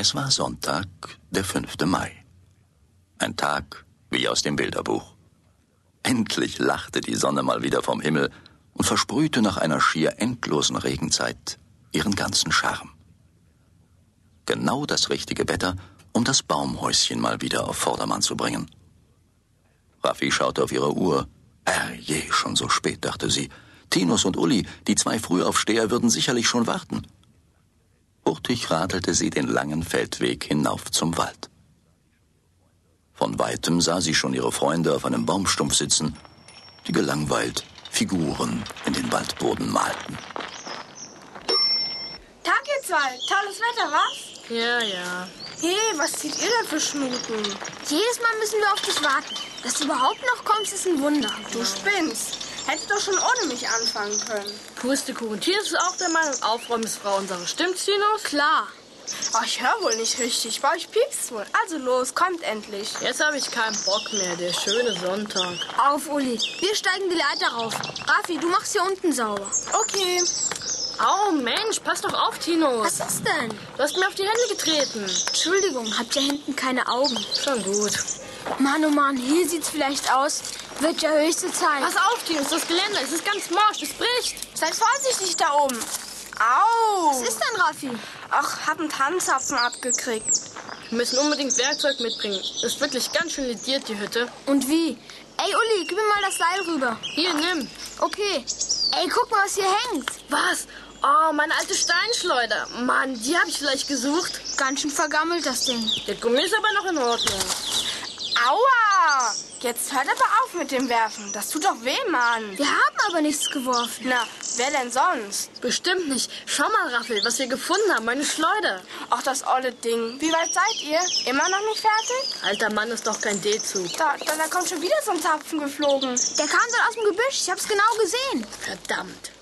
Es war Sonntag, der 5. Mai. Ein Tag wie aus dem Bilderbuch. Endlich lachte die Sonne mal wieder vom Himmel und versprühte nach einer schier endlosen Regenzeit ihren ganzen Charme. Genau das richtige Wetter, um das Baumhäuschen mal wieder auf Vordermann zu bringen. Raffi schaute auf ihre Uhr. Herrje, schon so spät, dachte sie. Tinus und Uli, die zwei Frühaufsteher, würden sicherlich schon warten. Hurtig radelte sie den langen Feldweg hinauf zum Wald. Von Weitem sah sie schon ihre Freunde auf einem Baumstumpf sitzen, die gelangweilt Figuren in den Waldboden malten. Tag, ihr zwei. Tolles Wetter, was? Ja. Hey, was zieht ihr denn für Schnuten? Jedes Mal müssen wir auf dich warten. Dass du überhaupt noch kommst, ist ein Wunder. Du spinnst. Hättest doch schon ohne mich anfangen können. Pustekuchen. Tinus ist auch der Meinung, Aufräumen ist Frauensache. Stimmt's, Tinus? Klar. Oh, ich höre wohl nicht richtig. Bei euch piepst wohl. Also los, kommt endlich. Jetzt habe ich keinen Bock mehr. Der schöne Sonntag. Auf, Uli. Wir steigen die Leiter rauf. Raffi, du machst hier unten sauber. Okay. Au, Mensch, pass doch auf, Tinus. Was ist denn? Du hast mir auf die Hände getreten. Entschuldigung, habt ihr hinten keine Augen? Schon gut. Mann, oh Mann, hier sieht's vielleicht aus. Wird ja höchste Zeit. Pass auf, Tinus, das Geländer, es ist ganz morsch, es bricht. Seid vorsichtig da oben. Au. Was ist denn, Raffi? Ach, hab einen Tannenzapfen abgekriegt. Wir müssen unbedingt Werkzeug mitbringen. Ist wirklich ganz schön lediert, die Hütte. Und wie? Ey, Uli, gib mir mal das Seil rüber. Hier, nimm. Okay. Ey, guck mal, was hier hängt. Was? Oh, meine alte Steinschleuder. Mann, die habe ich vielleicht gesucht. Ganz schön vergammelt, das Ding. Der Gummi ist aber noch in Ordnung. Aua! Jetzt hört aber auf mit dem Werfen. Das tut doch weh, Mann. Wir haben aber nichts geworfen. Na, wer denn sonst? Bestimmt nicht. Schau mal, Raffel, was wir gefunden haben. Meine Schleuder. Ach, das olle Ding. Wie weit seid ihr? Immer noch nicht fertig? Alter Mann, ist doch kein D-Zug. Da kommt schon wieder so ein Zapfen geflogen. Der kam dann aus dem Gebüsch. Ich hab's genau gesehen. Verdammt.